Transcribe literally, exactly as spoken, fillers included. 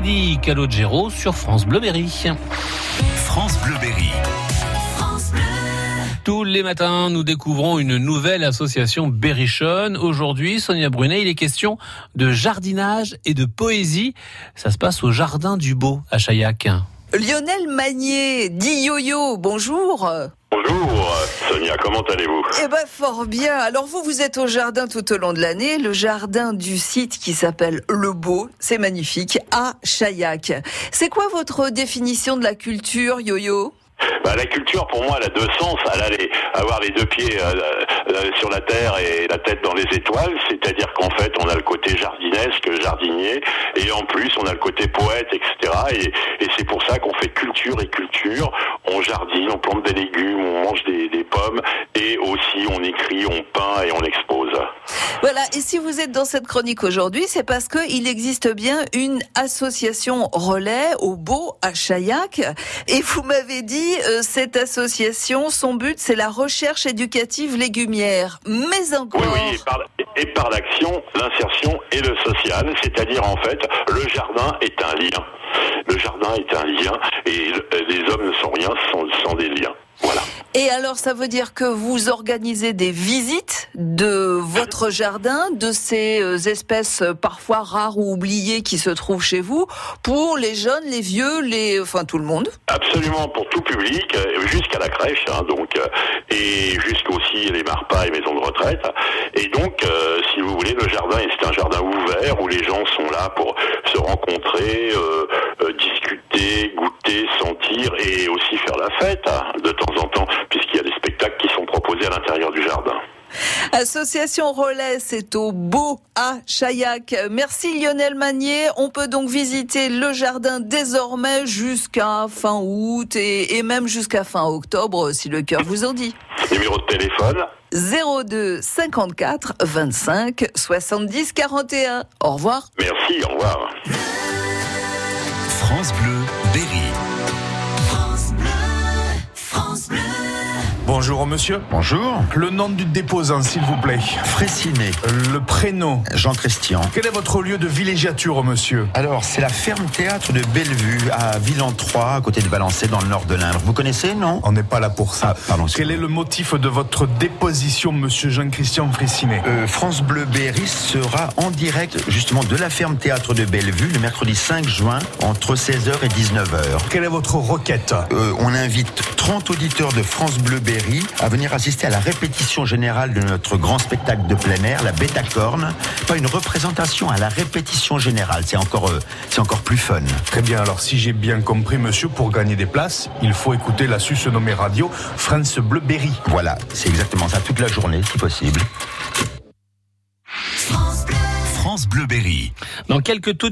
Lady Calogero sur France Bleu Berry. France Bleu Berry. Tous les matins, nous découvrons une nouvelle association berrichonne. Aujourd'hui, Sonia Brunet, il est question de jardinage et de poésie. Ça se passe au Jardin du Beau à Chaillac. Lionel Magnier, dit Yo-Yo, bonjour. Bonjour Sonia, comment allez-vous ? Eh ben fort bien. Alors vous, vous êtes au jardin tout au long de l'année, le jardin du site qui s'appelle Le Beau, c'est magnifique, à Chaillac. C'est quoi votre définition de la culture, Yo-Yo ? Bah, la culture, pour moi, elle a deux sens. Elle a les, avoir les deux pieds euh, euh, sur la terre et la tête dans les étoiles. C'est-à-dire qu'en fait, on a le côté jardinesque, jardinier, et en plus, on a le côté poète, et cetera. Et, et c'est pour ça qu'on fait culture et culture. On jardine, on plante des légumes, on mange des, des pommes, et aussi on écrit, on peint et on expose. Voilà, et si vous êtes dans cette chronique aujourd'hui, c'est parce qu'il existe bien une association relais au Beau à Chaillac. Et vous m'avez dit, euh, cette association, son but, c'est la recherche éducative légumière. Mais encore... Oui, oui, et par, et par l'action, l'insertion et le social. C'est-à-dire, en fait, le jardin est un lien. Le jardin est un lien, et les hommes ne sont rien sans, sans des liens. Voilà. Et alors, ça veut dire que vous organisez des visites de votre jardin, de ces espèces parfois rares ou oubliées qui se trouvent chez vous, pour les jeunes, les vieux, les, enfin tout le monde ? Absolument, pour tout public, jusqu'à la crèche, hein, donc, et jusqu'aussi les marpas et maisons de retraite. Et donc, euh, si vous voulez, le jardin, c'est un jardin ouvert où les gens sont là pour se rencontrer, euh, euh, discuter, goûter, sentir et aussi faire la fête, hein, de temps en temps, puisqu'il y a des spectacles qui sont proposés à l'intérieur du jardin. Association Relais, c'est au Beau à Chaillac. Merci Lionel Magnier. On peut donc visiter le jardin désormais jusqu'à fin août et, et même jusqu'à fin octobre, si le cœur vous en dit. Numéro de téléphone zéro deux cinquante-quatre vingt-cinq soixante-dix quarante et un. Au revoir. Merci, au revoir. France Bleu Berry. Bonjour monsieur. Bonjour. Le nom du déposant, s'il vous plaît. Fraissinet. Le prénom. Jean-Christian. Quel est votre lieu de villégiature, monsieur ? Alors, c'est la ferme-théâtre de Bellevue, à Villentroy, à côté de Valençay, dans le nord de l'Indre. Vous connaissez, non ? On n'est pas là pour ça. Ah, pardon. Quel est le motif de votre déposition, monsieur Jean-Christian Fraissinet ? euh, France Bleu Berry sera en direct, justement, de la ferme-théâtre de Bellevue, le mercredi cinq juin, entre seize heures et dix-neuf heures. Quelle est votre requête ? euh, On invite trente auditeurs de France Bleu Berry à venir assister à la répétition générale de notre grand spectacle de plein air, la Bête à cornes. Pas une représentation, à la répétition générale. C'est encore, euh, c'est encore plus fun. Très bien, alors si j'ai bien compris, monsieur, pour gagner des places, il faut écouter la susnommée radio France Bleu Berry. Voilà, c'est exactement ça, toute la journée, si possible. France Bleu Berry. Dans quelques toutes